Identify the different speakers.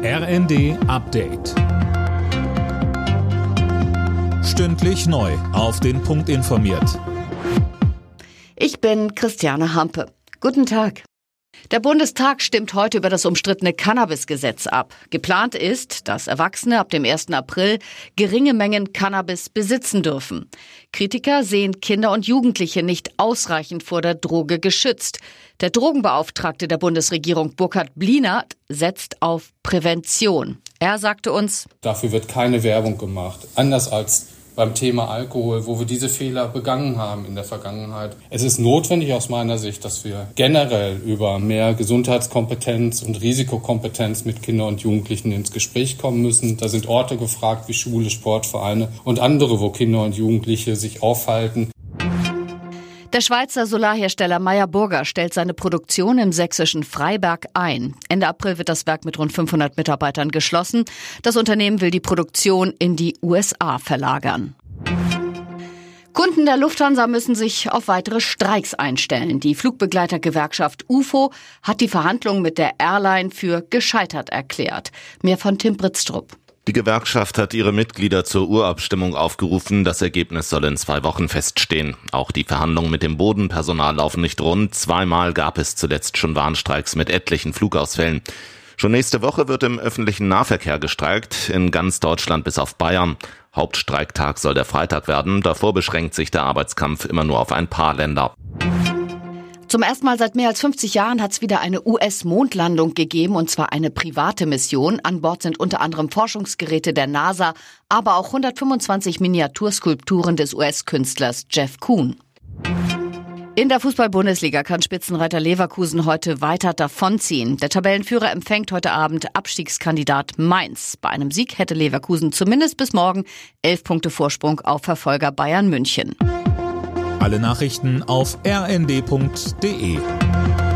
Speaker 1: RND Update. Stündlich neu auf den Punkt informiert.
Speaker 2: Ich bin Christiane Hampe. Guten Tag. Der Bundestag stimmt heute über das umstrittene Cannabis-Gesetz ab. Geplant ist, dass Erwachsene ab dem 1. April geringe Mengen Cannabis besitzen dürfen. Kritiker sehen Kinder und Jugendliche nicht ausreichend vor der Droge geschützt. Der Drogenbeauftragte der Bundesregierung, Burkhard Blinert, setzt auf Prävention. Er sagte uns:
Speaker 3: Dafür wird keine Werbung gemacht, anders als beim Thema Alkohol, wo wir diese Fehler begangen haben in der Vergangenheit. Es ist notwendig aus meiner Sicht, dass wir generell über mehr Gesundheitskompetenz und Risikokompetenz mit Kindern und Jugendlichen ins Gespräch kommen müssen. Da sind Orte gefragt wie Schule, Sportvereine und andere, wo Kinder und Jugendliche sich aufhalten.
Speaker 2: Der Schweizer Solarhersteller Meyer Burger stellt seine Produktion im sächsischen Freiberg ein. Ende April wird das Werk mit rund 500 Mitarbeitern geschlossen. Das Unternehmen will die Produktion in die USA verlagern. Kunden der Lufthansa müssen sich auf weitere Streiks einstellen. Die Flugbegleitergewerkschaft UFO hat die Verhandlungen mit der Airline für gescheitert erklärt. Mehr von Tim Britztrup.
Speaker 4: Die Gewerkschaft hat ihre Mitglieder zur Urabstimmung aufgerufen. Das Ergebnis soll in 2 Wochen feststehen. Auch die Verhandlungen mit dem Bodenpersonal laufen nicht rund. 2-mal gab es zuletzt schon Warnstreiks mit etlichen Flugausfällen. Schon nächste Woche wird im öffentlichen Nahverkehr gestreikt, in ganz Deutschland bis auf Bayern. Hauptstreiktag soll der Freitag werden. Davor beschränkt sich der Arbeitskampf immer nur auf ein paar Länder.
Speaker 2: Zum ersten Mal seit mehr als 50 Jahren hat es wieder eine US-Mondlandung gegeben, und zwar eine private Mission. An Bord sind unter anderem Forschungsgeräte der NASA, aber auch 125 Miniaturskulpturen des US-Künstlers Jeff Koons. In der Fußball-Bundesliga kann Spitzenreiter Leverkusen heute weiter davonziehen. Der Tabellenführer empfängt heute Abend Abstiegskandidat Mainz. Bei einem Sieg hätte Leverkusen zumindest bis morgen 11 Punkte Vorsprung auf Verfolger Bayern München.
Speaker 1: Alle Nachrichten auf rnd.de.